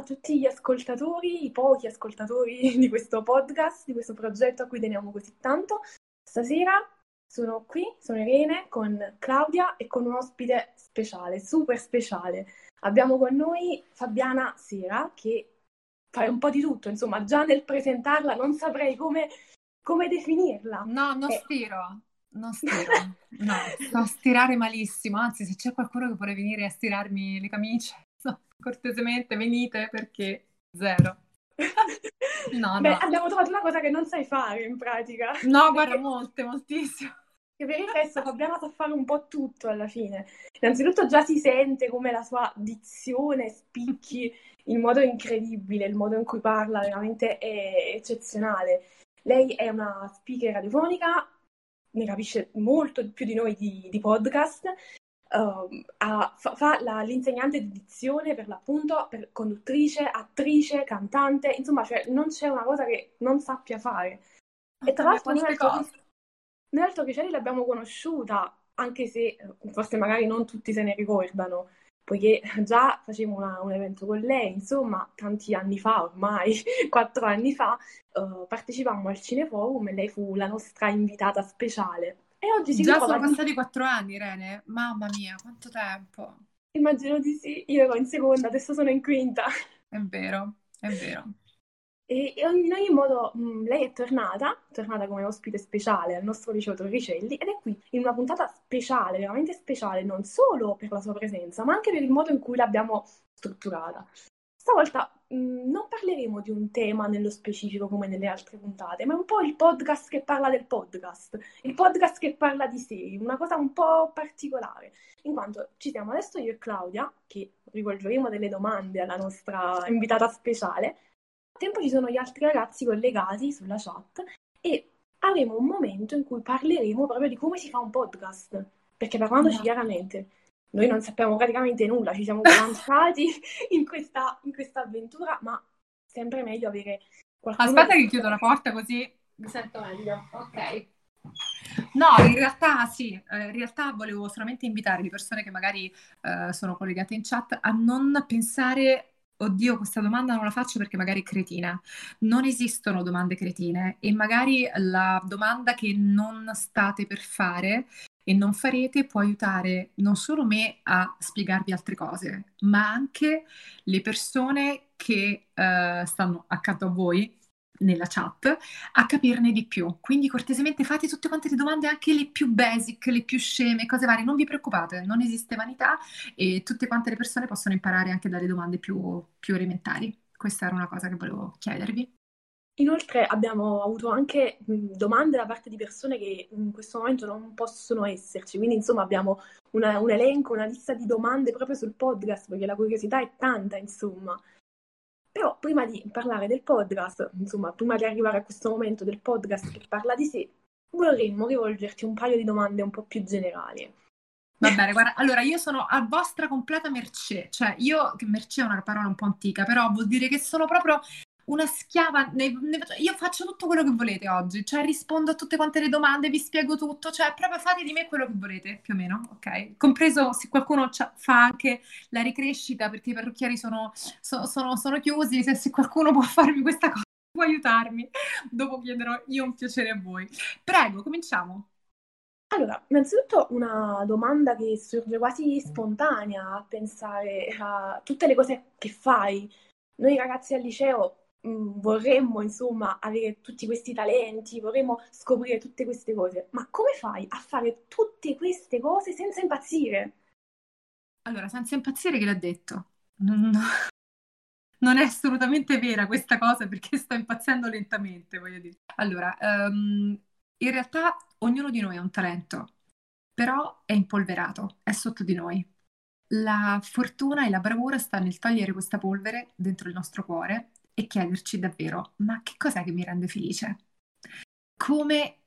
tutti gli ascoltatori, i pochi ascoltatori di questo podcast, di questo progetto a cui teniamo così tanto. Stasera sono qui, sono Irene, con Claudia e con un ospite speciale, super speciale. Abbiamo con noi Fabiana Sera, che fa un po' di tutto, insomma, già nel presentarla non saprei come definirla. No, non stiro, no, so stirare malissimo, anzi se c'è qualcuno che vuole venire a stirarmi le camicie, no, cortesemente venite perché zero. No, Beh, no, abbiamo trovato una cosa che non sai fare in pratica. no, guarda, Perché moltissimo. per il resto Fabiana sa fare un po' tutto alla fine. Innanzitutto già si sente come la sua dizione spicchi in modo incredibile, il modo in cui parla veramente è eccezionale. Lei è una speaker radiofonica, ne capisce molto più di noi di podcast, fa l'insegnante di dizione per l'appunto, per conduttrice, attrice, cantante, insomma, cioè, non c'è una cosa che non sappia fare. E tra Vabbè, l'altro quante cose. nell'altro piacere l'abbiamo conosciuta, anche se forse magari non tutti se ne ricordano, poiché già facevamo un evento con lei, insomma, tanti anni fa, ormai 4 anni fa, partecipammo al Cineforum e lei fu la nostra invitata speciale. E oggi si Già ritrova sono di... passati 4 anni, Irene, mamma mia, quanto tempo. Immagino di sì, io ero in seconda, adesso sono in quinta. È vero, è vero. E in ogni modo lei è tornata come ospite speciale al nostro liceo Torricelli ed è qui in una puntata speciale, veramente speciale, non solo per la sua presenza, ma anche per il modo in cui l'abbiamo strutturata. Stavolta non parleremo di un tema nello specifico come nelle altre puntate, ma è un po' il podcast che parla del podcast, il podcast che parla di sé, una cosa un po' particolare, in quanto ci siamo adesso io e Claudia, che rivolgeremo delle domande alla nostra invitata speciale. Al tempo ci sono gli altri ragazzi collegati sulla chat e avremo un momento in cui parleremo proprio di come si fa un podcast, perché parlandoci chiaramente, noi non sappiamo praticamente nulla, ci siamo lanciati in questa avventura, ma sempre meglio avere qualcuno Aspetta che... che chiudo la porta così mi sento meglio. Ok. No, in realtà sì, in realtà volevo solamente invitare le persone che magari sono collegate in chat a non pensare, oddio, questa domanda non la faccio perché magari è cretina. Non esistono domande cretine e magari la domanda che non state per fare e non farete può aiutare non solo me a spiegarvi altre cose, ma anche le persone che stanno accanto a voi nella chat a capirne di più. Quindi cortesemente fate tutte quante le domande, anche le più basic, le più sceme, cose varie. Non vi preoccupate, non esiste vanità e tutte quante le persone possono imparare anche dalle domande più elementari. Questa era una cosa che volevo chiedervi. Inoltre abbiamo avuto anche domande da parte di persone che in questo momento non possono esserci, quindi insomma abbiamo un elenco, una lista di domande proprio sul podcast, perché la curiosità è tanta, insomma. Però prima di parlare del podcast, insomma, prima di arrivare a questo momento del podcast che parla di sé, vorremmo rivolgerti un paio di domande un po' più generali. Va bene, guarda, allora io sono a vostra completa mercé, cioè io, che mercé è una parola un po' antica, però vuol dire che sono proprio una schiava, io faccio tutto quello che volete oggi, cioè rispondo a tutte quante le domande, vi spiego tutto, cioè proprio fate di me quello che volete, più o meno, ok? Compreso se qualcuno fa anche la ricrescita, perché i parrucchieri sono chiusi, se qualcuno può farmi questa cosa, può aiutarmi, dopo chiederò io un piacere a voi. Prego, cominciamo. Allora, innanzitutto una domanda che sorge quasi spontanea a pensare a tutte le cose che fai. Noi ragazzi al liceo vorremmo, insomma, avere tutti questi talenti, vorremmo scoprire tutte queste cose, ma come fai a fare tutte queste cose senza impazzire? Allora, senza impazzire, che l'ha detto? Non è assolutamente vera questa cosa perché sto impazzendo lentamente, voglio dire. Allora, in realtà ognuno di noi ha un talento, però è impolverato, è sotto di noi. La fortuna e la bravura sta nel togliere questa polvere dentro il nostro cuore e chiederci davvero, ma che cos'è che mi rende felice? Come,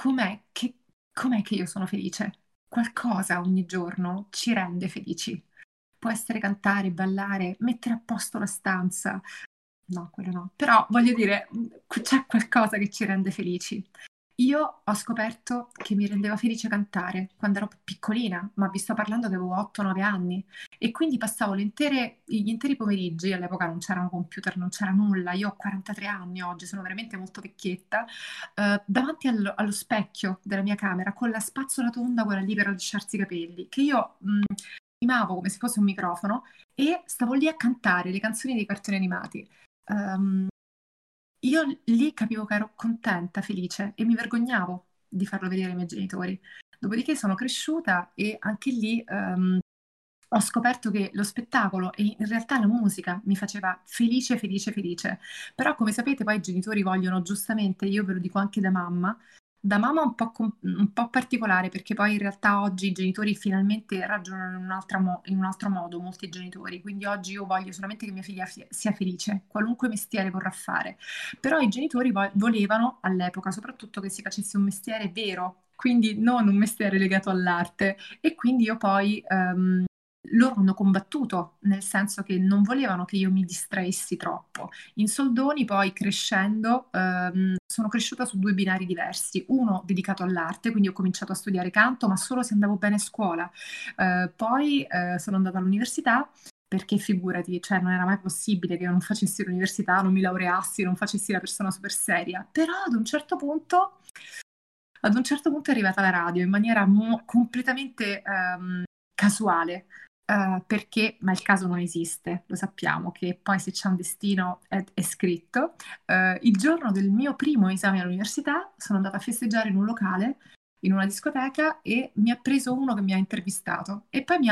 com'è che io sono felice? Qualcosa ogni giorno ci rende felici. Può essere cantare, ballare, mettere a posto la stanza. No, quello no. Però voglio dire, c'è qualcosa che ci rende felici. Io ho scoperto che mi rendeva felice cantare quando ero piccolina, ma vi sto parlando che avevo 8-9 anni e quindi passavo gli interi pomeriggi, all'epoca non c'erano computer, non c'era nulla, io ho 43 anni oggi, sono veramente molto vecchietta, davanti allo specchio della mia camera con la spazzola tonda, quella lì per lisciarsi i capelli, che io mimavo come se fosse un microfono e stavo lì a cantare le canzoni dei cartoni animati. Ehm, io lì capivo che ero contenta, felice e mi vergognavo di farlo vedere ai miei genitori. Dopodiché sono cresciuta e anche lì ho scoperto che lo spettacolo e in realtà la musica mi faceva felice, felice, felice. Però come sapete poi i genitori vogliono giustamente, io ve lo dico anche da mamma un po' particolare perché poi in realtà oggi i genitori finalmente ragionano in un altro modo, molti genitori. Quindi oggi io voglio solamente che mia figlia sia felice, qualunque mestiere vorrà fare. Però i genitori volevano all'epoca soprattutto che si facesse un mestiere vero, quindi non un mestiere legato all'arte. E quindi io poi loro hanno combattuto, nel senso che non volevano che io mi distraessi troppo. In soldoni, poi crescendo, sono cresciuta su due binari diversi, uno dedicato all'arte, quindi ho cominciato a studiare canto, ma solo se andavo bene a scuola. Poi sono andata all'università. Perché figurati, cioè non era mai possibile che io non facessi l'università, non mi laureassi, non facessi la persona super seria. Però ad un certo punto è arrivata la radio in maniera completamente casuale, perché, ma il caso non esiste, lo sappiamo che poi se c'è un destino è scritto. Il giorno del mio primo esame all'università sono andata a festeggiare in un locale, in una discoteca e mi ha preso uno che mi ha intervistato e poi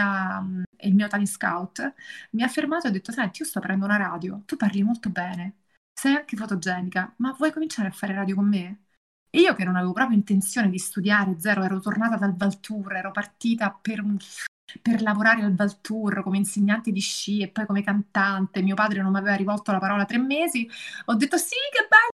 il mio talent scout mi ha fermato e ha detto: Senti, io sto aprendo una radio, tu parli molto bene, sei anche fotogenica, ma vuoi cominciare a fare radio con me? E io che non avevo proprio intenzione di studiare, zero, ero tornata dal Valtour, ero partita per lavorare al Valtour come insegnante di sci e poi come cantante. Mio padre non mi aveva rivolto la parola 3 mesi. Ho detto sì, che bello!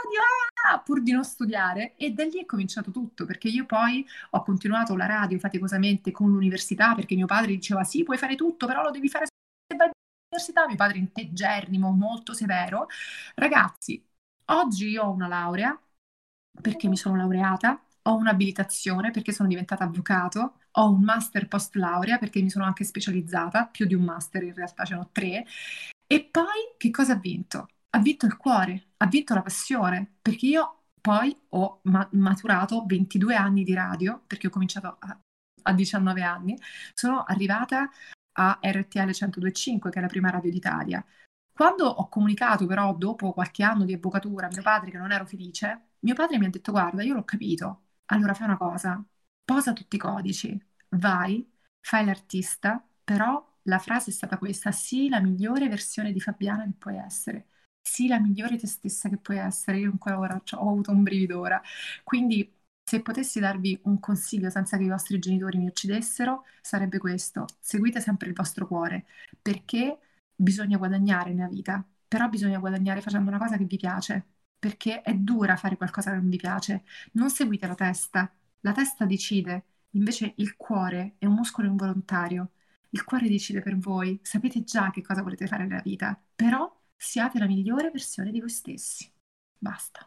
Pur di non studiare e da lì è cominciato tutto perché io poi ho continuato la radio faticosamente con l'università perché mio padre diceva sì, puoi fare tutto, però lo devi fare se vai all'università. Mio padre integerrimo, molto severo. Ragazzi, oggi io ho una laurea perché mi sono laureata, ho un'abilitazione perché sono diventata avvocato, ho un master post laurea perché mi sono anche specializzata, più di un master in realtà, ce n'ho 3. E poi che cosa ha vinto? Ha vinto il cuore, ha vinto la passione, perché io poi ho maturato 22 anni di radio, perché ho cominciato a 19 anni, sono arrivata a RTL 102.5, che è la prima radio d'Italia. Quando ho comunicato però dopo qualche anno di avvocatura a mio padre che non ero felice, mio padre mi ha detto: Guarda, io l'ho capito, allora fai una cosa, posa tutti i codici, vai, fai l'artista, però la frase è stata questa: sii la migliore versione di Fabiana che puoi essere, sii la migliore te stessa che puoi essere. Io ancora ora ho avuto un brivido ora. Quindi se potessi darvi un consiglio senza che i vostri genitori mi uccidessero, sarebbe questo: seguite sempre il vostro cuore, perché bisogna guadagnare nella vita, però bisogna guadagnare facendo una cosa che vi piace, perché è dura fare qualcosa che non vi piace. Non seguite la testa decide, invece il cuore è un muscolo involontario. Il cuore decide per voi, sapete già che cosa volete fare nella vita, però siate la migliore versione di voi stessi. Basta.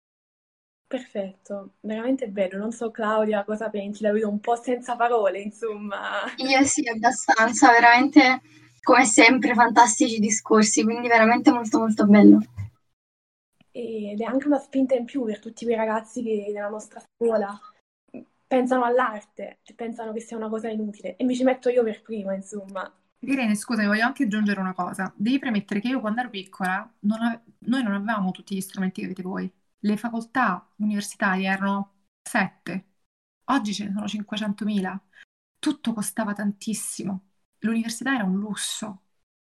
Perfetto, veramente bello. Non so, Claudia, cosa pensi? La vedo un po' senza parole, insomma. Io sì, abbastanza, veramente come sempre fantastici discorsi, quindi veramente molto molto bello. Ed è anche una spinta in più per tutti quei ragazzi che nella nostra scuola pensano all'arte, e pensano che sia una cosa inutile. E mi ci metto io per prima, insomma. Irene, scusa, voglio anche aggiungere una cosa. Devi premettere che io quando ero piccola noi non avevamo tutti gli strumenti che avete voi. Le facoltà universitarie erano 7, oggi ce ne sono 500.000. Tutto costava tantissimo. L'università era un lusso.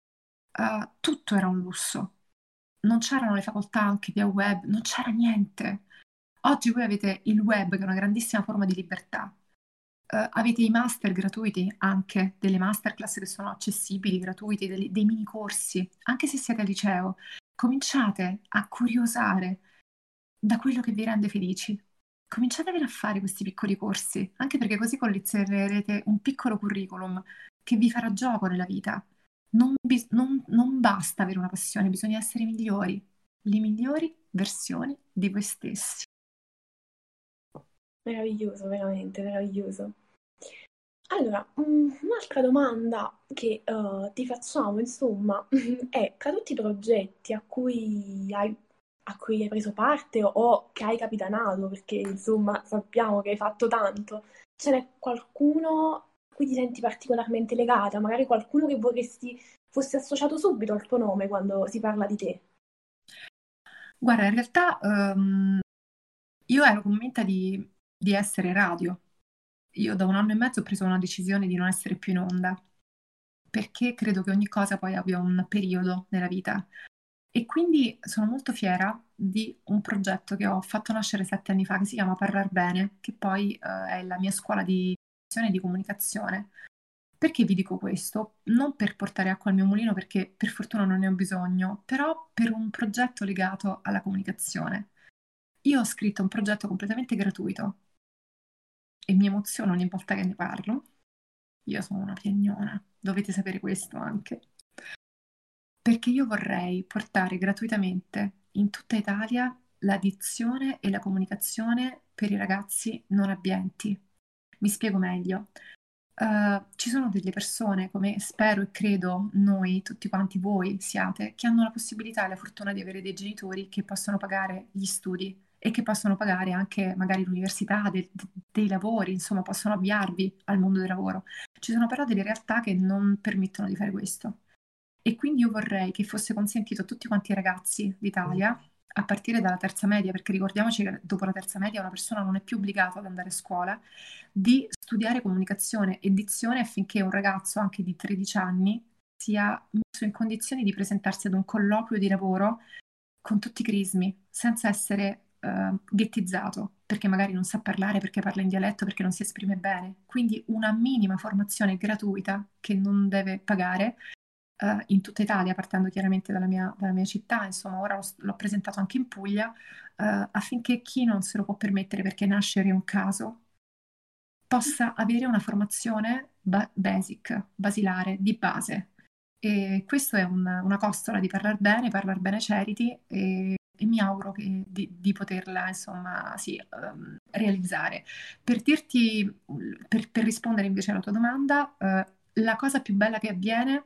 Tutto era un lusso. Non c'erano le facoltà anche via web, non c'era niente. Oggi voi avete il web, che è una grandissima forma di libertà. Avete i master gratuiti, anche delle masterclass che sono accessibili, gratuiti, dei mini corsi, anche se siete al liceo. Cominciate a curiosare da quello che vi rende felici. Cominciatevene a fare questi piccoli corsi, anche perché così collezionerete un piccolo curriculum che vi farà gioco nella vita. Non basta avere una passione, bisogna essere migliori, le migliori versioni di voi stessi. Meraviglioso, veramente meraviglioso. Allora, un'altra domanda che ti facciamo, insomma, è tra tutti i progetti a cui hai preso parte o che hai capitanato, perché insomma sappiamo che hai fatto tanto, ce n'è qualcuno a cui ti senti particolarmente legata, magari qualcuno che vorresti fosse associato subito al tuo nome quando si parla di te? Guarda, in realtà io ero convinta di essere radio. Io da 1 anno e mezzo ho preso una decisione di non essere più in onda, perché credo che ogni cosa poi abbia un periodo nella vita. E quindi sono molto fiera di un progetto che ho fatto nascere 7 anni fa, che si chiama Parlar Bene, che poi è la mia scuola di azione e di comunicazione. Perché vi dico questo? Non per portare acqua al mio mulino, perché per fortuna non ne ho bisogno, però per un progetto legato alla comunicazione. Io ho scritto un progetto completamente gratuito e mi emoziono ogni volta che ne parlo. Io sono una piagnona, dovete sapere questo anche. Perché io vorrei portare gratuitamente in tutta Italia la dizione e la comunicazione per i ragazzi non abbienti. Mi spiego meglio. Ci sono delle persone, come spero e credo noi, tutti quanti voi siate, che hanno la possibilità e la fortuna di avere dei genitori che possono pagare gli studi e che possono pagare anche magari l'università, dei lavori, insomma, possono avviarvi al mondo del lavoro. Ci sono però delle realtà che non permettono di fare questo. E quindi io vorrei che fosse consentito a tutti quanti i ragazzi d'Italia, a partire dalla terza media, perché ricordiamoci che dopo la terza media una persona non è più obbligata ad andare a scuola, di studiare comunicazione e dizione affinché un ragazzo anche di 13 anni sia messo in condizioni di presentarsi ad un colloquio di lavoro con tutti i crismi, senza essere ghettizzato, perché magari non sa parlare, perché parla in dialetto, perché non si esprime bene. Quindi una minima formazione gratuita che non deve pagare in tutta Italia, partendo chiaramente dalla mia città, insomma, ora l'ho presentato anche in Puglia, affinché chi non se lo può permettere perché nasce un caso possa avere una formazione basic, basilare, di base. E questo è una costola di Parlar Bene Charity e mi auguro di poterla, insomma, sì, realizzare. Per dirti, per rispondere invece alla tua domanda, la cosa più bella che avviene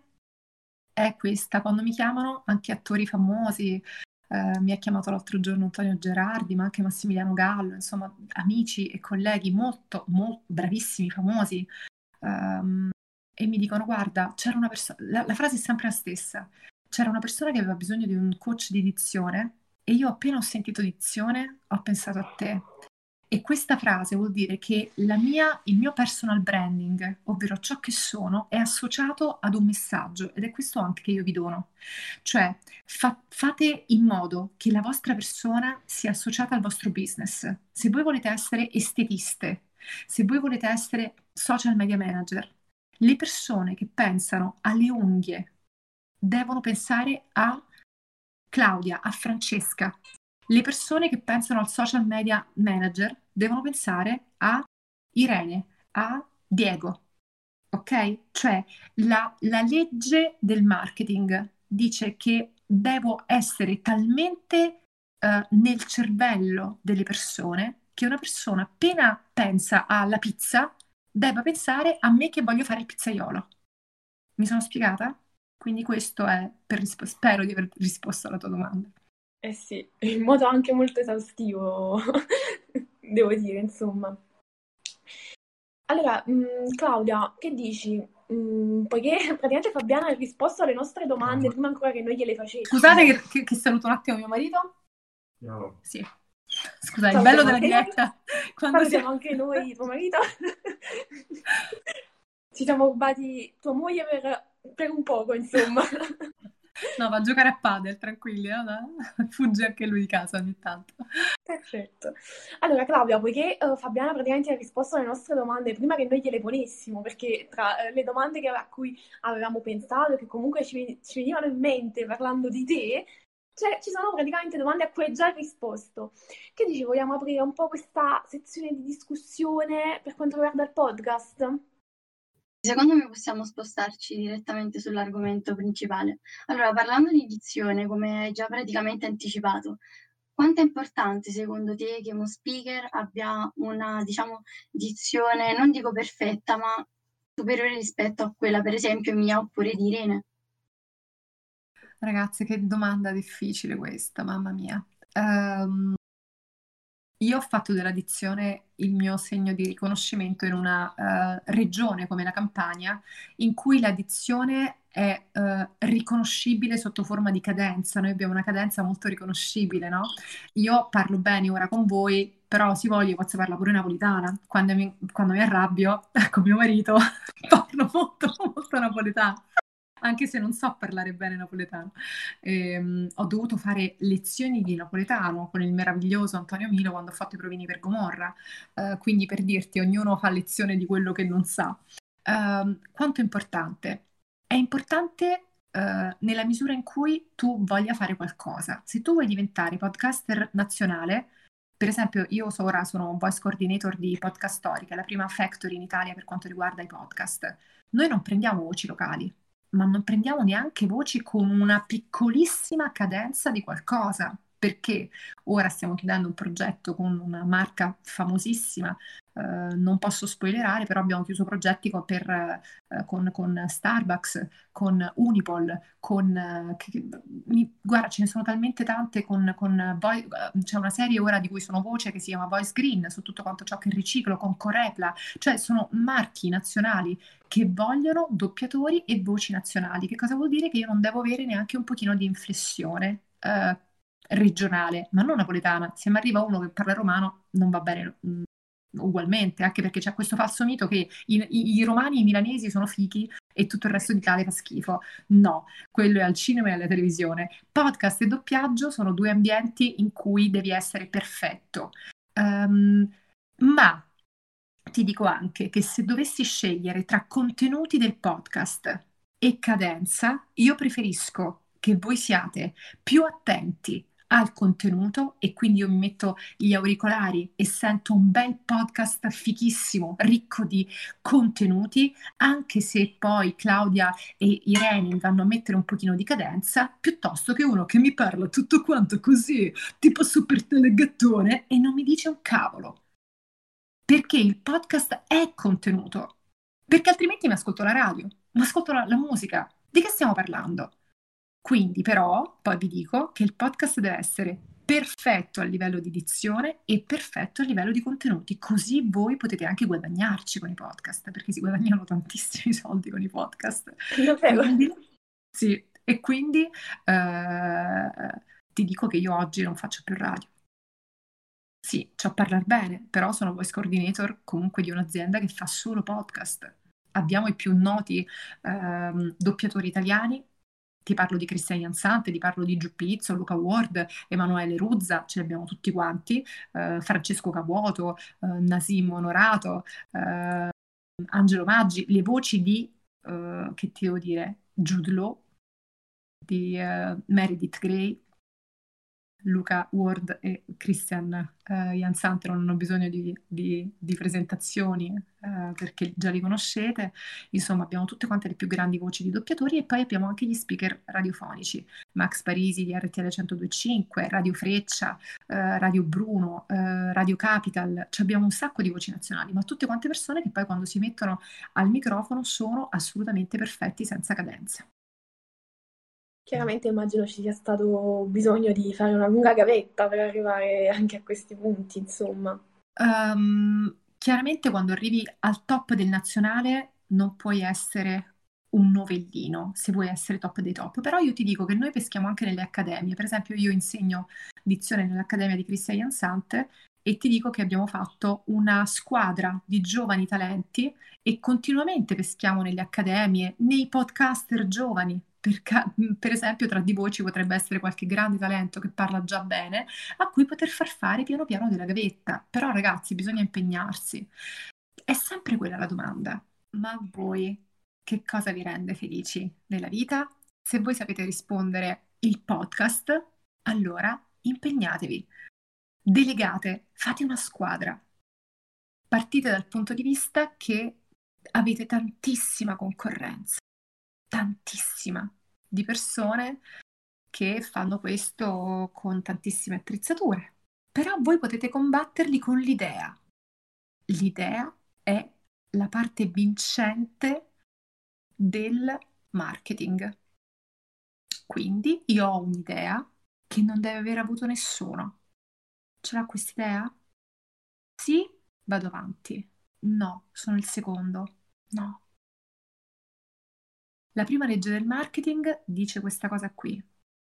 è questa, quando mi chiamano anche attori famosi, mi ha chiamato l'altro giorno Antonio Gerardi, ma anche Massimiliano Gallo, insomma, amici e colleghi molto, molto bravissimi, famosi, ehm, e mi dicono: Guarda, c'era una persona, la frase è sempre la stessa, c'era una persona che aveva bisogno di un coach di dizione e io appena ho sentito dizione ho pensato a te. E questa frase vuol dire che il mio personal branding, ovvero ciò che sono, è associato ad un messaggio ed è questo anche che io vi dono. Cioè, fate in modo che la vostra persona sia associata al vostro business. Se voi volete essere estetiste, se voi volete essere social media manager, le persone che pensano alle unghie devono pensare a Claudia, a Francesca. Le persone che pensano al social media manager devono pensare a Irene, a Diego, ok? Cioè la legge del marketing dice che devo essere talmente nel cervello delle persone che una persona appena pensa alla pizza debba pensare a me che voglio fare il pizzaiolo. Mi sono spiegata? Quindi questo è spero di aver risposto alla tua domanda. Eh sì, in modo anche molto esaustivo, devo dire, insomma. Allora, Claudia, che dici? Poiché praticamente Fabiana ha risposto alle nostre domande prima ancora che noi gliele facessimo. Scusate che saluto un attimo mio marito. No. Sì. Scusa, il bello Salutiamo della anche noi. diretta. Quando si... Salutiamo anche noi, tuo marito. Ci siamo rubati tua moglie per un poco, insomma. No, va a giocare a padel, tranquilli, no? Fugge anche lui di casa ogni tanto. Perfetto. Allora, Claudia, poiché Fabiana praticamente ha risposto alle nostre domande prima che noi gliele ponessimo, perché tra le domande a cui avevamo pensato, che comunque ci venivano in mente parlando di te, cioè, ci sono praticamente domande a cui hai già risposto. Che dici, vogliamo aprire un po' questa sezione di discussione per quanto riguarda il podcast? Secondo me possiamo spostarci direttamente sull'argomento principale. Allora, parlando di dizione, come hai già praticamente anticipato, Quanto è importante secondo te che uno speaker abbia una, diciamo, dizione, non dico perfetta, ma superiore rispetto a quella, per esempio, mia oppure di Irene? Ragazze, che domanda difficile questa, mamma mia. Ehm, io ho fatto della dizione il mio segno di riconoscimento in una regione come la Campania, in cui la dizione è riconoscibile sotto forma di cadenza. Noi abbiamo una cadenza molto riconoscibile, no? Io parlo bene ora con voi, però si voglia, posso parlare pure napoletana. Quando mi arrabbio, con mio marito, parlo molto, molto napoletano, anche se non so parlare bene napoletano. Ho dovuto fare lezioni di napoletano con il meraviglioso Antonio Milo quando ho fatto i provini per Gomorra. Quindi per dirti, ognuno fa lezione di quello che non sa. Quanto è importante? È importante nella misura in cui tu voglia fare qualcosa. Se tu vuoi diventare podcaster nazionale, per esempio, io ora sono voice coordinator di Podcast Storica, la prima factory in Italia per quanto riguarda i podcast. Noi non prendiamo voci locali, ma non prendiamo neanche voci con una piccolissima cadenza di qualcosa, perché ora stiamo chiudendo un progetto con una marca famosissima, non posso spoilerare, però abbiamo chiuso progetti con Starbucks, con Unipol, guarda, ce ne sono talmente tante c'è una serie ora di cui sono voce che si chiama Voice Green, su tutto quanto ciò che riciclo, con Corepla, cioè sono marchi nazionali che vogliono doppiatori e voci nazionali. Che cosa vuol dire? Che io non devo avere neanche un pochino di inflessione regionale, ma non napoletana. Se mi arriva uno che parla romano, non va bene ugualmente, anche perché c'è questo falso mito che i romani e i milanesi sono fichi e tutto il resto d'Italia fa schifo. No, quello è al cinema e alla televisione. Podcast e doppiaggio sono due ambienti in cui devi essere perfetto. Ma ti dico anche che se dovessi scegliere tra contenuti del podcast e cadenza, io preferisco che voi siate più attenti al contenuto e quindi io mi metto gli auricolari e sento un bel podcast fichissimo, ricco di contenuti, anche se poi Claudia e Irene mi vanno a mettere un pochino di cadenza, piuttosto che uno che mi parla tutto quanto così, tipo super telegattone e non mi dice un cavolo. Perché il podcast è contenuto, perché altrimenti mi ascolto la radio, mi ascolto la musica. Di che stiamo parlando? Quindi però, poi vi dico che il podcast deve essere perfetto a livello di dizione e perfetto a livello di contenuti, così voi potete anche guadagnarci con i podcast, perché si guadagnano tantissimi soldi con i podcast. Davvero? Quindi, sì, e quindi ti dico che io oggi non faccio più radio. Sì, so parlare bene, però sono voice coordinator comunque di un'azienda che fa solo podcast. Abbiamo i più noti doppiatori italiani, ti parlo di Cristian Jansante, ti parlo di Giù Pizzo, Luca Ward, Emanuele Ruzza, ce li abbiamo tutti quanti, Francesco Cavuoto, Nasim Onorato, Angelo Maggi, le voci di, che ti devo dire, Jude Law, di Meredith Grey, Luca Ward e Christian Jansante non hanno bisogno di presentazioni perché già li conoscete. Insomma, abbiamo tutte quante le più grandi voci di doppiatori e poi abbiamo anche gli speaker radiofonici. Max Parisi di RTL 102.5, Radio Freccia, Radio Bruno, Radio Capital. Cioè abbiamo un sacco di voci nazionali, ma tutte quante persone che poi quando si mettono al microfono sono assolutamente perfetti senza cadenza. Chiaramente immagino ci sia stato bisogno di fare una lunga gavetta per arrivare anche a questi punti, insomma. Chiaramente quando arrivi al top del nazionale non puoi essere un novellino se vuoi essere top dei top, però io ti dico che noi peschiamo anche nelle accademie, per esempio io insegno dizione nell'Accademia di Cristian Jansante e ti dico che abbiamo fatto una squadra di giovani talenti e continuamente peschiamo nelle accademie, nei podcaster giovani. Per esempio, tra di voi ci potrebbe essere qualche grande talento che parla già bene, a cui poter far fare piano piano della gavetta. Però, ragazzi, bisogna impegnarsi. È sempre quella la domanda. Ma a voi che cosa vi rende felici nella vita? Se voi sapete rispondere il podcast, allora impegnatevi, delegate, fate una squadra. Partite dal punto di vista che avete tantissima concorrenza, tantissima, di persone che fanno questo con tantissime attrezzature, però voi potete combatterli con l'idea. L'idea è la parte vincente del marketing. Quindi io ho un'idea che non deve aver avuto nessuno. Ce l'ha quest'idea? Sì, vado avanti. No, sono il secondo. No. La prima legge del marketing dice questa cosa qui.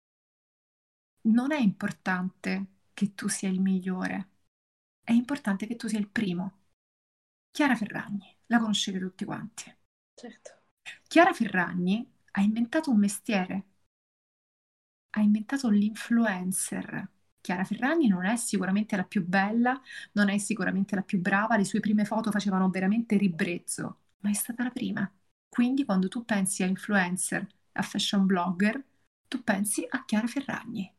Non è importante che tu sia il migliore, è importante che tu sia il primo. Chiara Ferragni, la conoscete tutti quanti. Certo. Chiara Ferragni ha inventato un mestiere, ha inventato l'influencer. Chiara Ferragni non è sicuramente la più bella, non è sicuramente la più brava, le sue prime foto facevano veramente ribrezzo, ma è stata la prima. Quindi quando tu pensi a influencer, a fashion blogger, tu pensi a Chiara Ferragni.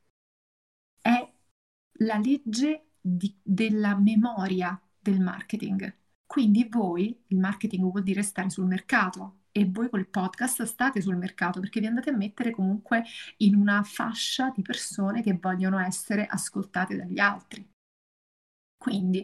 È la legge della memoria del marketing. Quindi voi, il marketing vuol dire stare sul mercato e voi col podcast state sul mercato perché vi andate a mettere comunque in una fascia di persone che vogliono essere ascoltate dagli altri. Quindi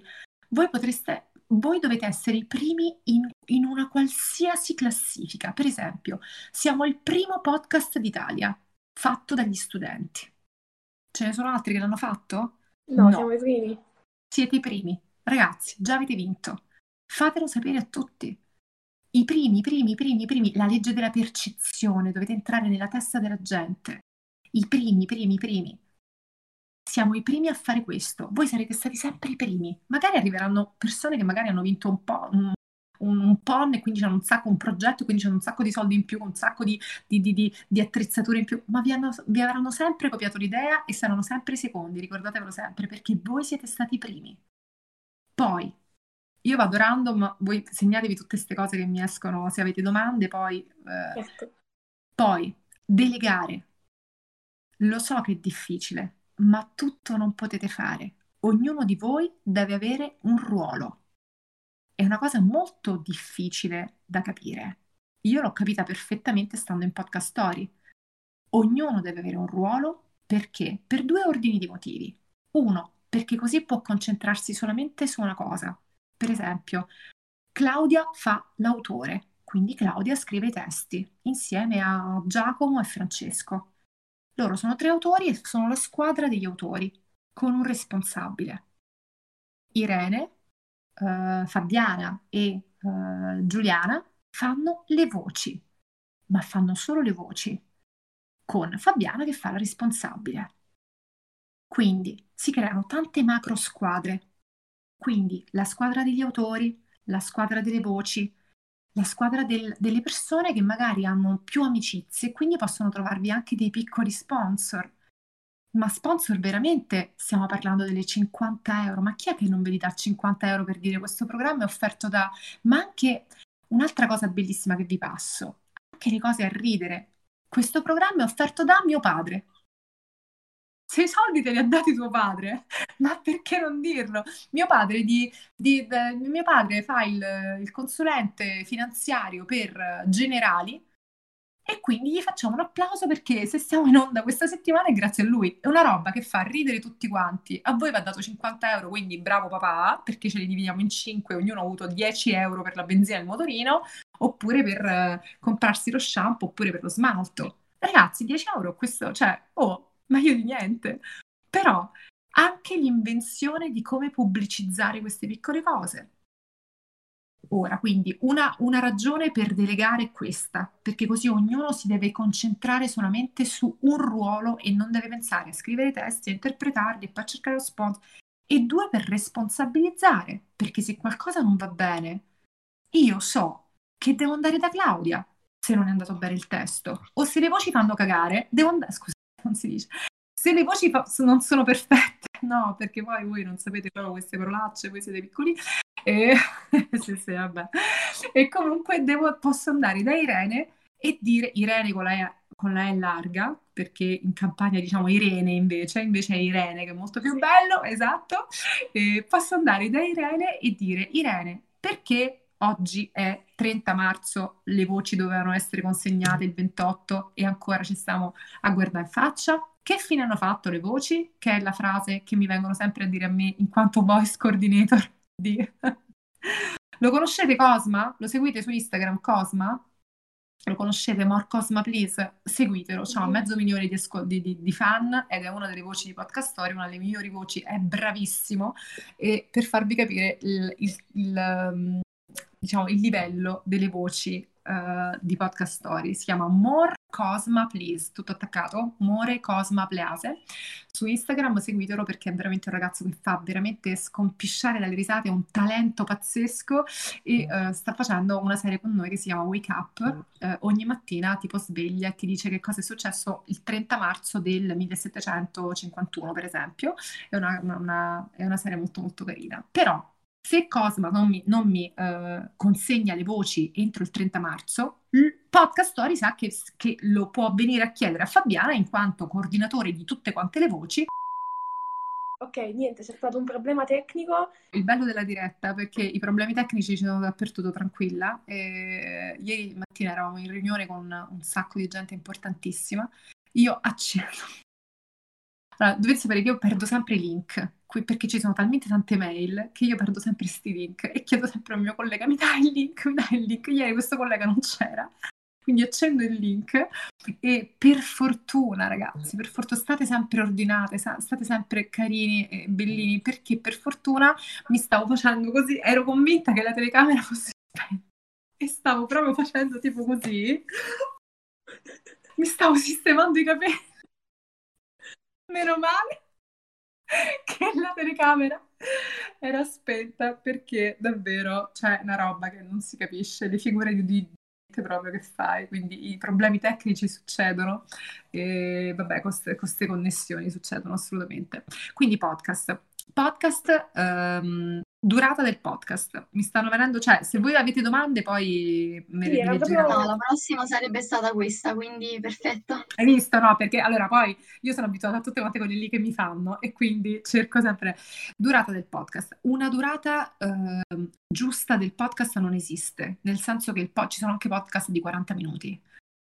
voi dovete essere i primi in una qualsiasi classifica. Per esempio, siamo il primo podcast d'Italia fatto dagli studenti. Ce ne sono altri che l'hanno fatto? No, siamo i primi. Siete i primi. Ragazzi, già avete vinto. Fatelo sapere a tutti. I primi. La legge della percezione. Dovete entrare nella testa della gente. I primi. Siamo i primi a fare questo. Voi sarete stati sempre i primi. Magari arriveranno persone che magari hanno vinto un PON e quindi hanno un progetto, quindi hanno un sacco di soldi in più, un sacco di attrezzature in più, ma vi avranno sempre copiato l'idea e saranno sempre i secondi, ricordatevelo sempre, perché voi siete stati i primi. Poi, io vado random, voi segnatevi tutte queste cose che mi escono, se avete domande, poi... Certo. Poi, delegare. Lo so che è difficile, ma tutto non potete fare. Ognuno di voi deve avere un ruolo. È una cosa molto difficile da capire. Io l'ho capita perfettamente stando in Podcast Story. Ognuno deve avere un ruolo perché? Per due ordini di motivi. Uno, perché così può concentrarsi solamente su una cosa. Per esempio, Claudia fa l'autore, quindi Claudia scrive i testi insieme a Giacomo e Francesco. Loro sono 3 autori e sono la squadra degli autori, con un responsabile. Irene, Fabiana e Giuliana fanno le voci, ma fanno solo le voci, con Fabiana che fa la responsabile. Quindi si creano tante macro squadre. Quindi la squadra degli autori, la squadra delle voci, la squadra delle persone che magari hanno più amicizie e quindi possono trovarvi anche dei piccoli sponsor. Ma sponsor veramente stiamo parlando delle 50 euro, ma chi è che non ve li dà 50 euro per dire questo programma è offerto da... Ma anche un'altra cosa bellissima che vi passo, anche le cose a ridere. Questo programma è offerto da mio padre. Se i soldi te li ha dati tuo padre, ma perché non dirlo? Mio padre, mio padre fa il consulente finanziario per Generali e quindi gli facciamo un applauso perché se stiamo in onda questa settimana è grazie a lui. È una roba che fa ridere tutti quanti. A voi va dato 50 euro, quindi bravo papà, perché ce li dividiamo in 5, ognuno ha avuto 10 euro per la benzina e il motorino, oppure per comprarsi lo shampoo, oppure per lo smalto. Ragazzi, 10 euro, questo, cioè, meglio di niente. Però anche l'invenzione di come pubblicizzare queste piccole cose. Ora, quindi una ragione per delegare è questa, perché così ognuno si deve concentrare solamente su un ruolo e non deve pensare a scrivere testi, a interpretarli e poi a cercare lo sponsor. E due, per responsabilizzare, perché se qualcosa non va bene, io so che devo andare da Claudia se non è andato bene il testo, o se le voci fanno cagare, devo andare, scusa, non si dice, se le voci non sono perfette, no, perché poi voi non sapete proprio queste parolacce, voi siete piccoli, e sì, vabbè. E comunque posso andare da Irene e dire Irene con la E larga, perché in Campania diciamo Irene invece è Irene che è molto più bello, esatto. E posso andare da Irene e dire Irene, perché oggi è 30 marzo, le voci dovevano essere consegnate il 28 e ancora ci stiamo a guardare in faccia? Che fine hanno fatto le voci? Che è la frase che mi vengono sempre a dire a me in quanto voice coordinator di... Lo conoscete Cosma? Lo seguite su Instagram Cosma? Lo conoscete? More Cosma Please? Seguitelo, c'ha 500.000 di fan ed è una delle voci di Podcast Story, una delle migliori voci, è bravissimo. E per farvi capire diciamo, il livello delle voci di Podcast Story, si chiama More Cosma Please, tutto attaccato, More Cosma Please. Su Instagram seguitelo perché è veramente un ragazzo che fa veramente scompisciare dalle risate, è un talento pazzesco e sta facendo una serie con noi che si chiama Wake Up. Ogni mattina tipo sveglia e ti dice che cosa è successo il 30 marzo del 1751, per esempio. È una serie molto molto carina. Però se Cosma non mi consegna le voci entro il 30 marzo, il Podcast Story sa che lo può venire a chiedere a Fabiana in quanto coordinatore di tutte quante le voci. Ok, niente, c'è stato un problema tecnico. Il bello della diretta, perché i problemi tecnici ci sono dappertutto, tranquilla. E ieri mattina eravamo in riunione con un sacco di gente importantissima. Io accendo. Allora, dovete sapere che io perdo sempre i link, perché ci sono talmente tante mail che io perdo sempre questi link e chiedo sempre al mio collega, mi dai il link, mi dai il link. Ieri questo collega non c'era, quindi accendo il link e per fortuna, ragazzi, per fortuna state sempre ordinate, state sempre carini e bellini, perché per fortuna mi stavo facendo così, ero convinta che la telecamera fosse spenta e stavo proprio facendo tipo così, mi stavo sistemando i capelli. Meno male che la telecamera era spenta, perché davvero c'è una roba che non si capisce, le figure di proprio che fai, quindi i problemi tecnici succedono e vabbè, con queste connessioni succedono assolutamente. Quindi podcast, durata del podcast, mi stanno venendo, cioè se voi avete domande poi me Sì, le era leggerò. proprio... No, la prossima sarebbe stata questa, quindi perfetto. Hai visto, no? Perché allora poi io sono abituata a tutte quante quelle lì che mi fanno e quindi cerco sempre durata del podcast. Una durata giusta del podcast non esiste, nel senso che ci sono anche podcast di 40 minuti.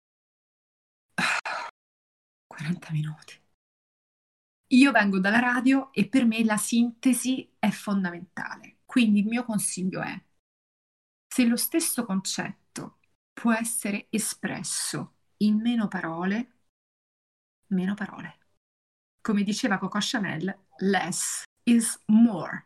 40 minuti. Io vengo dalla radio e per me la sintesi è fondamentale. Quindi il mio consiglio è: se lo stesso concetto può essere espresso in meno parole, meno parole. Come diceva Coco Chanel, less is more.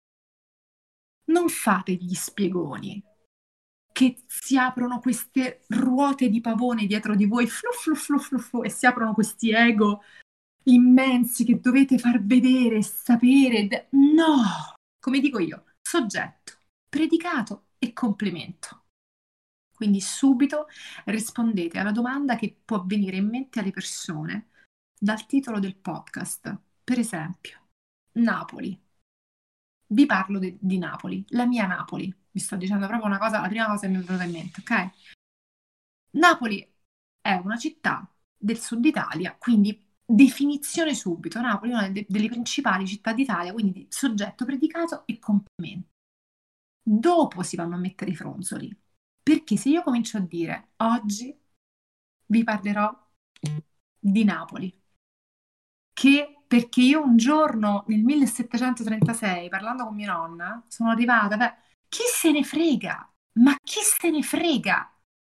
Non fate gli spiegoni che si aprono queste ruote di pavone dietro di voi, fluff, fluff, fluff, fluff, e si aprono questi ego immensi che dovete far vedere, sapere. No! Come dico io, soggetto, predicato e complemento. Quindi subito rispondete alla domanda che può venire in mente alle persone dal titolo del podcast. Per esempio, Napoli. Vi parlo di Napoli, la mia Napoli. Vi sto dicendo proprio una cosa, la prima cosa che mi è venuta in mente, ok? Napoli è una città del sud Italia, quindi definizione subito. Napoli è una delle principali città d'Italia, quindi soggetto, predicato e complemento. Dopo si vanno a mettere i fronzoli, perché se io comincio a dire oggi vi parlerò di Napoli, perché io un giorno nel 1736, parlando con mia nonna, sono arrivata, chi se ne frega? Ma chi se ne frega?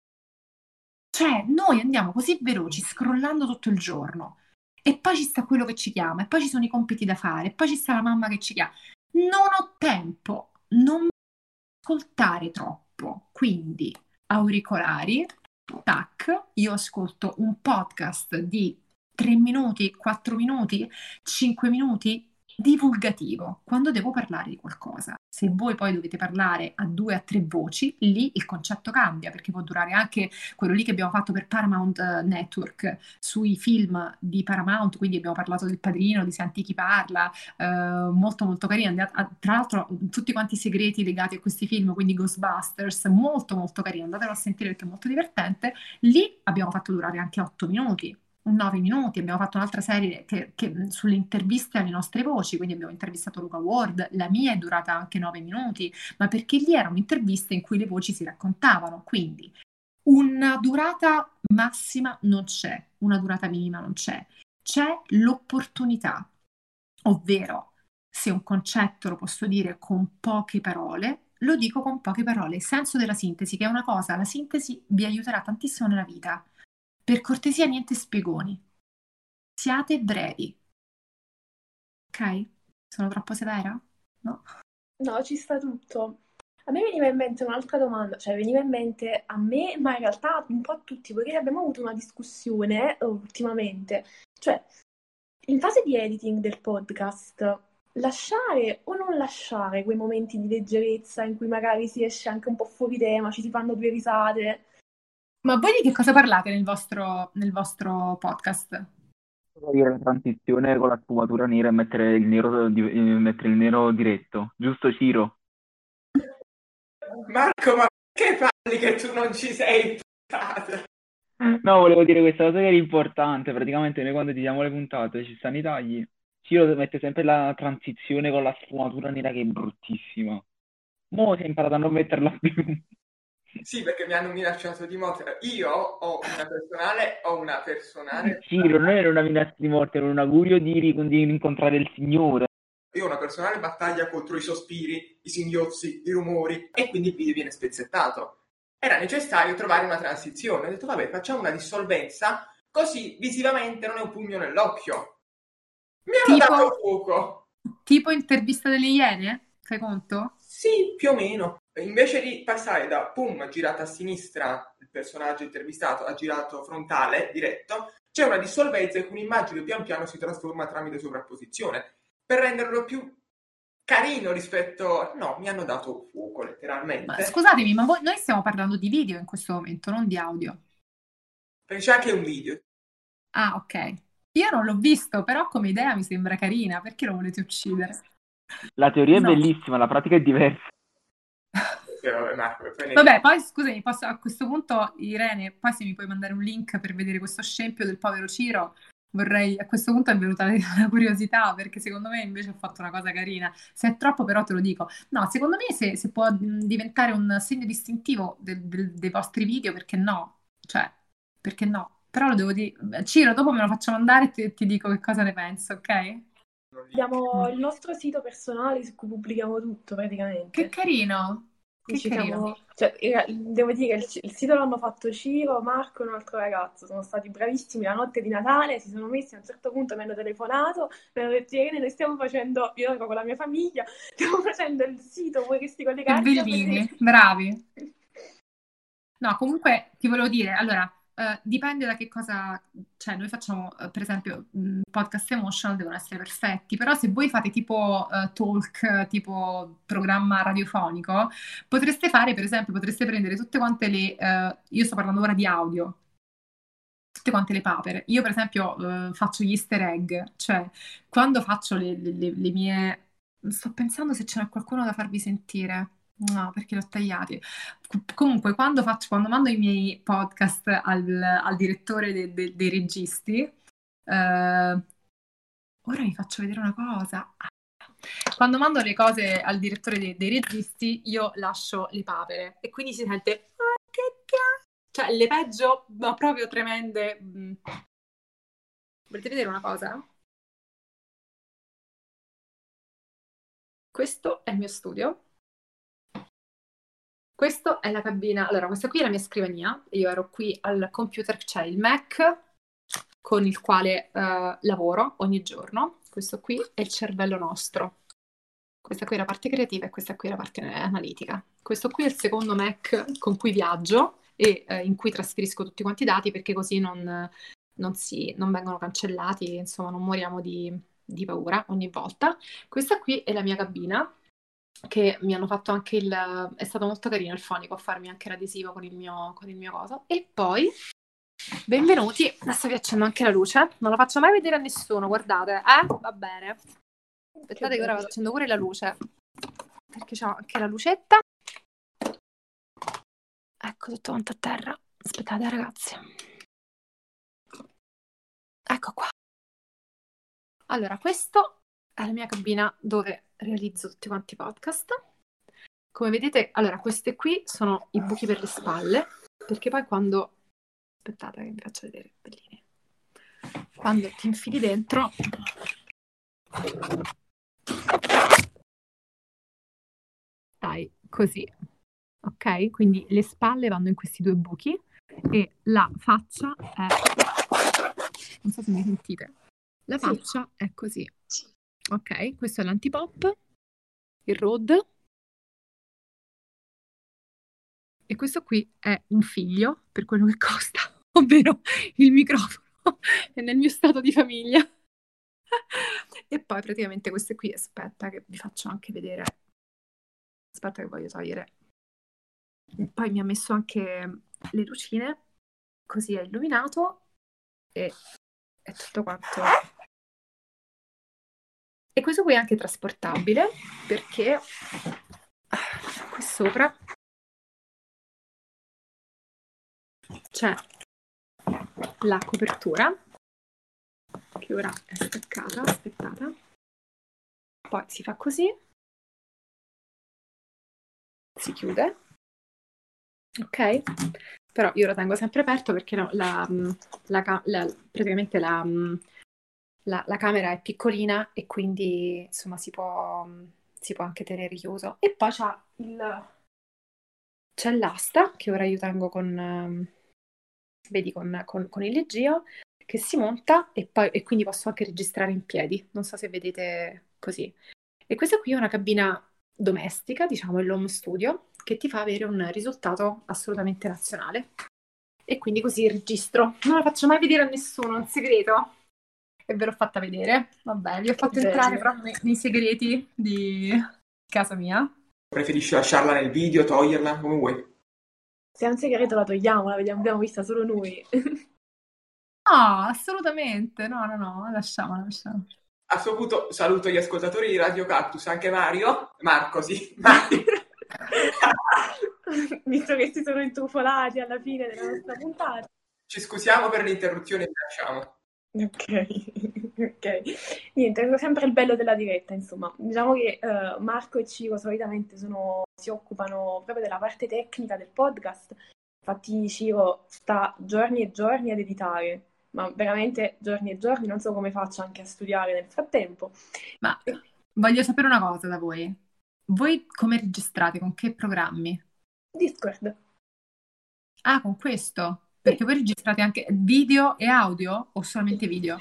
Cioè, noi andiamo così veloci, scrollando tutto il giorno, e poi ci sta quello che ci chiama, e poi ci sono i compiti da fare, e poi ci sta la mamma che ci chiama. Non ho tempo, non mi ascoltare troppo, quindi auricolari, tac, io ascolto un podcast di 3 minuti, 4 minuti, 5 minuti divulgativo quando devo parlare di qualcosa. Se voi poi dovete parlare a 2 a 3 voci, lì il concetto cambia, perché può durare anche quello lì che abbiamo fatto per Paramount Network sui film di Paramount, quindi abbiamo parlato del Padrino, di Santi chi parla, molto molto carino. Tra l'altro tutti quanti i segreti legati a questi film, quindi Ghostbusters, molto molto carino, andatelo a sentire perché è molto divertente. Lì abbiamo fatto durare anche 8 minuti, 9 minuti, abbiamo fatto un'altra serie che sulle interviste alle nostre voci, quindi abbiamo intervistato Luca Ward, la mia è durata anche 9 minuti, ma perché lì erano interviste in cui le voci si raccontavano, quindi una durata massima non c'è, una durata minima non c'è. c'è l'opportunità, ovvero se un concetto lo posso dire con poche parole, lo dico con poche parole. Il senso della sintesi, che è una cosa, la sintesi vi aiuterà tantissimo nella vita. Per cortesia, niente spiegoni. Siate brevi. Ok? Sono troppo severa? No? No, ci sta tutto. A me veniva in mente un'altra domanda, cioè veniva in mente a me, ma in realtà un po' a tutti, perché abbiamo avuto una discussione ultimamente. Cioè, in fase di editing del podcast, lasciare o non lasciare quei momenti di leggerezza in cui magari si esce anche un po' fuori tema, ci si fanno due risate? Ma voi di che cosa parlate nel vostro podcast? Togliere la transizione con la sfumatura nera e mettere il nero diretto, giusto Ciro? Marco, ma che parli che tu non ci sei in puntata? No, volevo dire questa cosa che era importante. Praticamente noi quando diciamo le puntate ci stanno i tagli. Ciro mette sempre la transizione con la sfumatura nera che è bruttissima. Mo' si è imparato a non metterla più. Sì, perché mi hanno minacciato di morte. Io ho una personale. Ciro, non era una minaccia di morte, era un augurio di incontrare il Signore. Io ho una personale battaglia contro i sospiri, i singhiozzi, i rumori, e quindi il video viene spezzettato. Era necessario trovare una transizione. Ho detto, vabbè, facciamo una dissolvenza, così visivamente non è un pugno nell'occhio. Mi hanno dato fuoco. Tipo intervista delle Iene? Fai conto? Sì, più o meno. Invece di passare da pum, girata a sinistra, il personaggio intervistato, a girato frontale, diretto, c'è una dissolvenza in cui un'immagine pian piano si trasforma tramite sovrapposizione, per renderlo più carino rispetto... No, mi hanno dato fuoco, letteralmente. Ma scusatemi, ma noi stiamo parlando di video in questo momento, non di audio. Perché c'è anche un video. Ah, ok. Io non l'ho visto, però come idea mi sembra carina. Perché lo volete uccidere? La teoria è No. bellissima, la pratica è diversa. Vabbè, Marco, Vabbè, poi scusami, a questo punto, Irene, poi se mi puoi mandare un link per vedere questo scempio del povero Ciro, a questo punto è venuta la curiosità, perché secondo me invece ho fatto una cosa carina. Se è troppo però te lo dico. No, secondo me se può diventare un segno distintivo dei vostri video, perché no? Cioè, perché no? Però lo devo dire. Ciro, dopo me lo faccio mandare e ti dico che cosa ne penso, ok? Abbiamo il nostro sito personale su cui pubblichiamo tutto praticamente. Che carino! Che Ci carino. cioè, devo dire, il sito l'hanno fatto Ciro, Marco e un altro ragazzo, sono stati bravissimi la notte di Natale, si sono messi a un certo punto, mi hanno telefonato, mi hanno detto Irene, noi stiamo facendo, io ero con la mia famiglia, stiamo facendo il sito, vorresti Che collegarti a bellini, vedere? bravi. No, comunque ti volevo dire, allora, dipende da che cosa, cioè noi facciamo, per esempio, podcast emotional devono essere perfetti, però se voi fate tipo talk, tipo programma radiofonico, potreste fare, per esempio, potreste prendere tutte quante io sto parlando ora di audio, tutte quante le papere. Io, per esempio, faccio gli easter egg, cioè quando faccio le mie... Sto pensando se ce n'è qualcuno da farvi sentire. No, perché l'ho tagliati. Comunque, quando mando i miei podcast al direttore dei registi, ora vi faccio vedere una cosa. Quando mando le cose al direttore dei registi, io lascio le papere e quindi si sente che cazzo? Cioè, le peggio, ma proprio tremende. Volete vedere una cosa? Questo è il mio studio. Questa è la cabina. Allora, questa qui è la mia scrivania. Io ero qui al computer, c'è il Mac con il quale lavoro ogni giorno. Questo qui è il cervello nostro. Questa qui è la parte creativa e questa qui è la parte analitica. Questo qui è il secondo Mac con cui viaggio e in cui trasferisco tutti quanti i dati perché così non vengono cancellati, insomma, non moriamo di paura ogni volta. Questa qui è la mia cabina, che mi hanno fatto anche è stato molto carino il fonico a farmi anche l'adesivo con il mio coso. E poi, benvenuti, adesso vi accendo anche la luce, non lo faccio mai vedere a nessuno, guardate, va bene. Aspettate che ora accendo pure la luce, perché c'ho anche la lucetta. Ecco, tutto quanto a terra. Aspettate ragazzi. Ecco qua. Allora, questo è la mia cabina dove realizzo tutti quanti i podcast. Come vedete, allora, queste qui sono i buchi per le spalle, perché poi quando... Aspettate che vi faccio vedere, bellini. quando ti infili dentro stai così, ok? Quindi le spalle vanno in questi 2 buchi e la faccia è, non so se mi sentite, la Sì. faccia è così, ok? Questo è l'antipop, il Rode, e questo qui è un figlio per quello che costa, ovvero il microfono è nel mio stato di famiglia. E poi praticamente queste qui, aspetta che vi faccio anche vedere, aspetta che voglio togliere, poi mi ha messo anche le lucine, così è illuminato e è tutto quanto. E questo qui è anche trasportabile perché qui sopra c'è la copertura che ora è staccata, aspettate, poi si fa così, si chiude, ok? Però io lo tengo sempre aperto perché no, praticamente la camera è piccolina e quindi insomma si può anche tenere chiuso. E poi c'è l'asta che ora io tengo vedi, con il leggio che si monta e quindi posso anche registrare in piedi. Non so se vedete così. E questa qui è una cabina domestica, diciamo, il home studio, che ti fa avere un risultato assolutamente nazionale. E quindi così registro. Non la faccio mai vedere a nessuno, è un segreto. E ve l'ho fatta vedere. Vabbè, vi ho fatto entrare però nei segreti di casa mia. Preferisci lasciarla nel video, toglierla, come vuoi? Se è un segreto la togliamo, l'abbiamo vista solo noi. No, assolutamente. No, lasciamola. A questo punto saluto gli ascoltatori di Radio Cactus, anche Marco, sì, Mario. Visto che si sono intrufolati alla fine della nostra puntata. Ci scusiamo per l'interruzione e vi lasciamo. Ok. Niente, è sempre il bello della diretta, insomma. Diciamo che Marco e Ciro solitamente si occupano proprio della parte tecnica del podcast. Infatti Ciro sta giorni e giorni ad editare, ma veramente giorni e giorni, non so come faccia anche a studiare nel frattempo. Ma voglio sapere una cosa da voi. Voi come registrate? Con che programmi? Discord. Ah, con questo? Perché voi registrate anche video e audio o solamente video?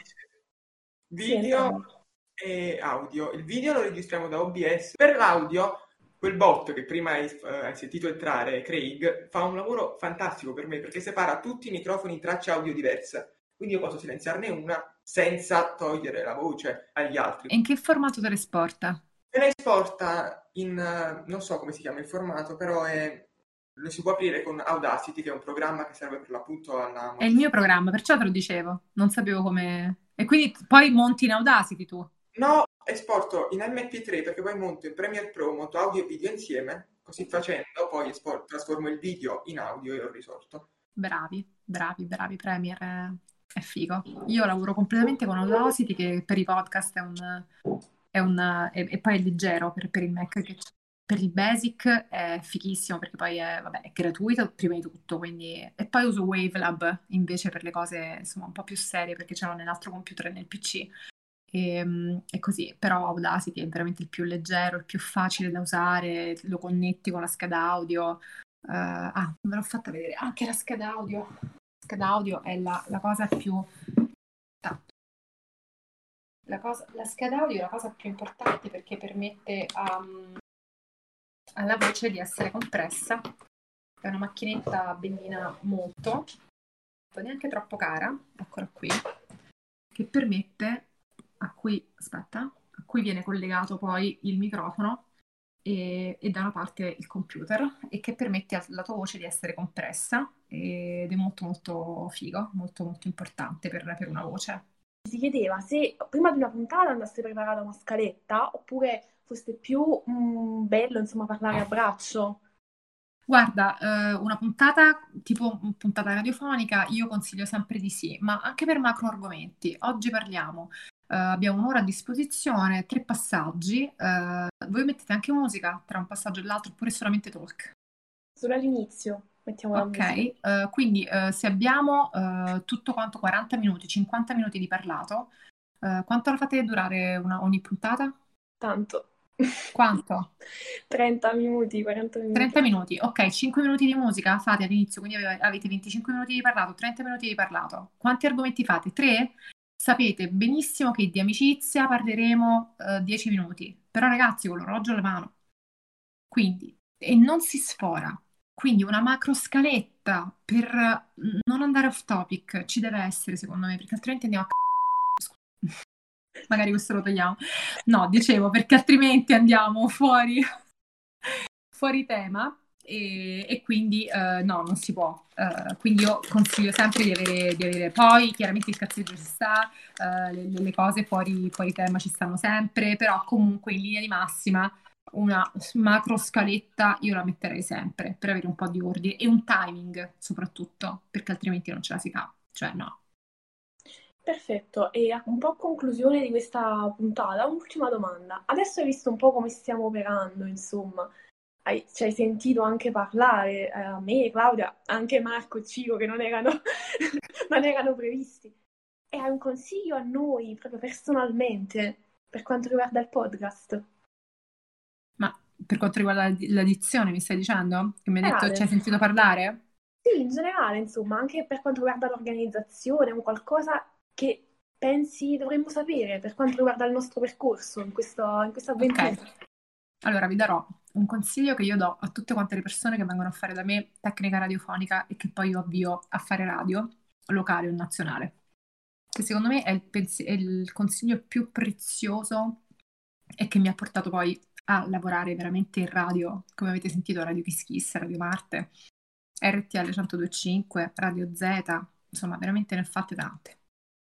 Video e audio. Il video lo registriamo da OBS. Per l'audio, quel bot che prima hai sentito entrare, Craig, fa un lavoro fantastico per me perché separa tutti i microfoni in tracce audio diverse. Quindi io posso silenziarne una senza togliere la voce agli altri. E in che formato te le esporta? Se ne esporta non so come si chiama il formato, però lo si può aprire con Audacity, che è un programma che serve per l'appunto alla... È il mio programma, perciò te lo dicevo. Non sapevo come... E quindi poi monti in Audacity tu? No, esporto in MP3 perché poi monto in Premiere Pro, monto audio e video insieme, così facendo poi trasformo il video in audio e l'ho risolto. Bravi, Premiere è figo. Io lavoro completamente con Audacity che per i podcast e poi è leggero per il Mac, che per il Basic è fighissimo perché poi è gratuito prima di tutto, quindi... E poi uso Wavelab invece per le cose insomma un po' più serie perché ce l'ho nell'altro computer e nel PC. E così, però Audacity è veramente il più leggero, il più facile da usare, lo connetti con la scheda audio. Me l'ho fatta vedere anche la scheda audio. La scheda audio è la cosa più... La scheda audio è la cosa più importante perché permette alla voce di essere compressa. È una macchinetta bellina molto, neanche troppo cara, eccola qui, che permette a cui viene collegato poi il microfono e da una parte il computer e che permette alla tua voce di essere compressa ed è molto molto figo, molto molto importante per una voce. Si chiedeva se prima di una puntata andasse preparata una scaletta oppure fosse più bello, insomma, parlare a braccio. Guarda, una puntata, tipo puntata radiofonica, io consiglio sempre di sì, ma anche per macro argomenti. Oggi parliamo, abbiamo un'ora a disposizione, 3 passaggi. Voi mettete anche musica tra un passaggio e l'altro oppure solamente talk? Solo all'inizio. Mettiamo la musica. Ok, quindi se abbiamo tutto quanto 40 minuti, 50 minuti di parlato, quanto la fate durare ogni puntata? Tanto. Quanto? 30 minuti, 40 minuti. 30 minuti, ok, 5 minuti di musica fate all'inizio, quindi avete 25 minuti di parlato, 30 minuti di parlato. Quanti argomenti fate? 3? Sapete benissimo che di amicizia parleremo 10 minuti, però ragazzi con l'orologio alla mano. Quindi, e non si sfora. Quindi una macro scaletta per non andare off topic ci deve essere, secondo me, perché altrimenti andiamo a magari questo lo togliamo. No, dicevo, perché altrimenti andiamo fuori tema e quindi no, non si può. Quindi io consiglio sempre di avere poi, chiaramente il cazzeggio ci sta, le cose fuori tema ci stanno sempre, però comunque in linea di massima una macro scaletta io la metterei sempre per avere un po' di ordine e un timing soprattutto, perché altrimenti non ce la si fa, cioè no. Perfetto, e un po' a conclusione di questa puntata, un'ultima domanda. Adesso hai visto un po' come stiamo operando, insomma. Ci hai sentito anche parlare a me, Claudia, anche Marco e Ciro che non erano, non erano previsti. E hai un consiglio a noi, proprio personalmente, per quanto riguarda il podcast? Ma per quanto riguarda l'addizione, mi stai dicendo? Che mi hai detto, Generale. ci hai sentito parlare? Sì, in generale, insomma, anche per quanto riguarda l'organizzazione, un qualcosa che pensi dovremmo sapere per quanto riguarda il nostro percorso in questa avventura. Ok. Allora, vi darò un consiglio che io do a tutte quante le persone che vengono a fare da me tecnica radiofonica e che poi io avvio a fare radio locale o nazionale. Che secondo me è il consiglio più prezioso e che mi ha portato poi a lavorare veramente in radio, come avete sentito, Radio Kiss Kiss, Radio Marte, RTL 102.5, Radio Z, insomma, veramente ne ho fatte tante.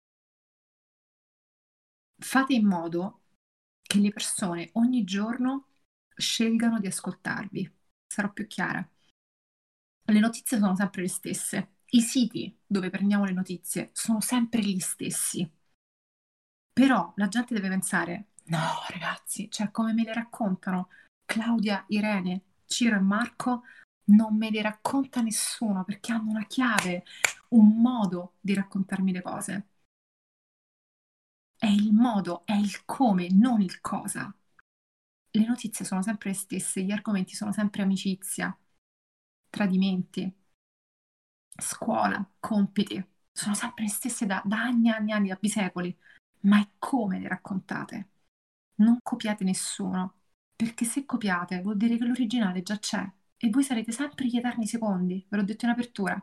Fate in modo che le persone ogni giorno scelgano di ascoltarvi. Sarò più chiara. Le notizie sono sempre le stesse. I siti dove prendiamo le notizie sono sempre gli stessi. Però la gente deve pensare, no ragazzi, cioè come me le raccontano Claudia, Irene, Ciro e Marco, non me le racconta nessuno perché hanno una chiave, un modo di raccontarmi le cose. È il modo, è il come, non il cosa. Le notizie sono sempre le stesse, gli argomenti sono sempre amicizia, tradimenti, scuola, compiti. Sono sempre le stesse da anni e anni e anni, da bisecoli. Ma è come le raccontate. Non copiate nessuno, perché se copiate vuol dire che l'originale già c'è e voi sarete sempre gli eterni secondi, ve l'ho detto in apertura.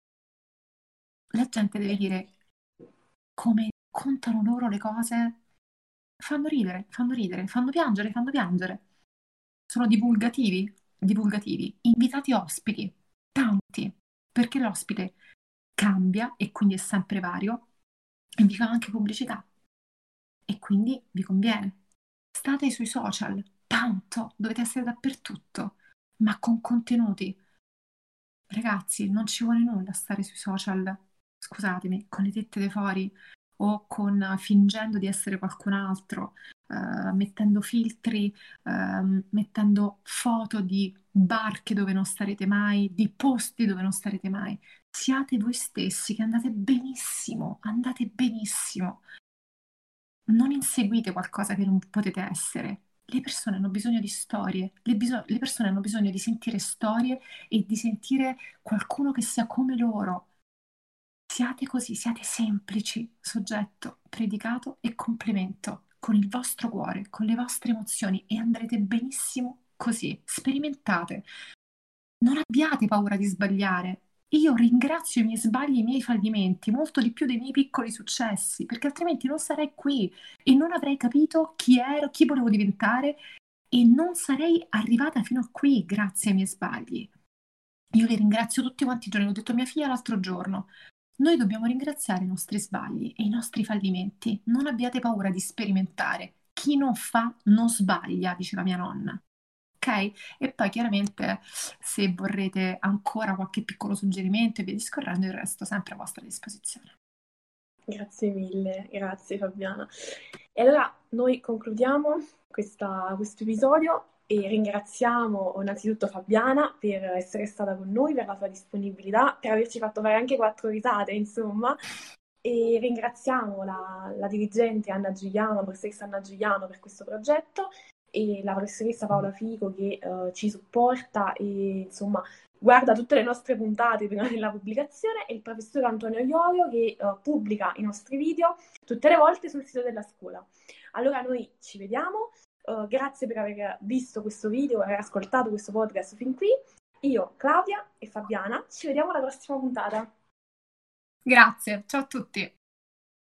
La gente deve dire come contano loro le cose, fanno ridere, fanno piangere, fanno piangere. Sono divulgativi, invitati ospiti, tanti, perché l'ospite cambia e quindi è sempre vario e vi fa anche pubblicità e quindi vi conviene. State sui social, tanto, dovete essere dappertutto, ma con contenuti. Ragazzi, non ci vuole nulla stare sui social, scusatemi, con le tette dei fuori o fingendo di essere qualcun altro, mettendo filtri, mettendo foto di barche dove non starete mai, di posti dove non starete mai. Siate voi stessi, che andate benissimo, andate benissimo. Non inseguite qualcosa che non potete essere. Le persone hanno bisogno di storie, le persone hanno bisogno di sentire storie e di sentire qualcuno che sia come loro. Siate così, siate semplici, soggetto, predicato e complemento, con il vostro cuore, con le vostre emozioni e andrete benissimo così. Sperimentate. Non abbiate paura di sbagliare. Io ringrazio i miei sbagli e i miei fallimenti molto di più dei miei piccoli successi, perché altrimenti non sarei qui e non avrei capito chi ero, chi volevo diventare e non sarei arrivata fino a qui grazie ai miei sbagli. Io li ringrazio tutti quanti i giorni, l'ho detto a mia figlia l'altro giorno. Noi dobbiamo ringraziare i nostri sbagli e i nostri fallimenti. Non abbiate paura di sperimentare. Chi non fa non sbaglia, diceva mia nonna. Ok? E poi chiaramente se vorrete ancora qualche piccolo suggerimento e via discorrendo, il resto sempre a vostra disposizione. Grazie mille, grazie Fabiana. E allora noi concludiamo questo episodio E ringraziamo innanzitutto Fabiana per essere stata con noi, per la sua disponibilità, per averci fatto fare anche 4 risate, insomma. E ringraziamo la dirigente Anna Giuliano, la professoressa Anna Giuliano per questo progetto e la professoressa Paola Fico che ci supporta e insomma guarda tutte le nostre puntate prima della pubblicazione e il professor Antonio Iorio che pubblica i nostri video tutte le volte sul sito della scuola. Allora noi ci vediamo, grazie per aver visto questo video, aver ascoltato questo podcast fin qui. Io, Claudia e Fabiana, ci vediamo alla prossima puntata. Grazie, ciao a tutti.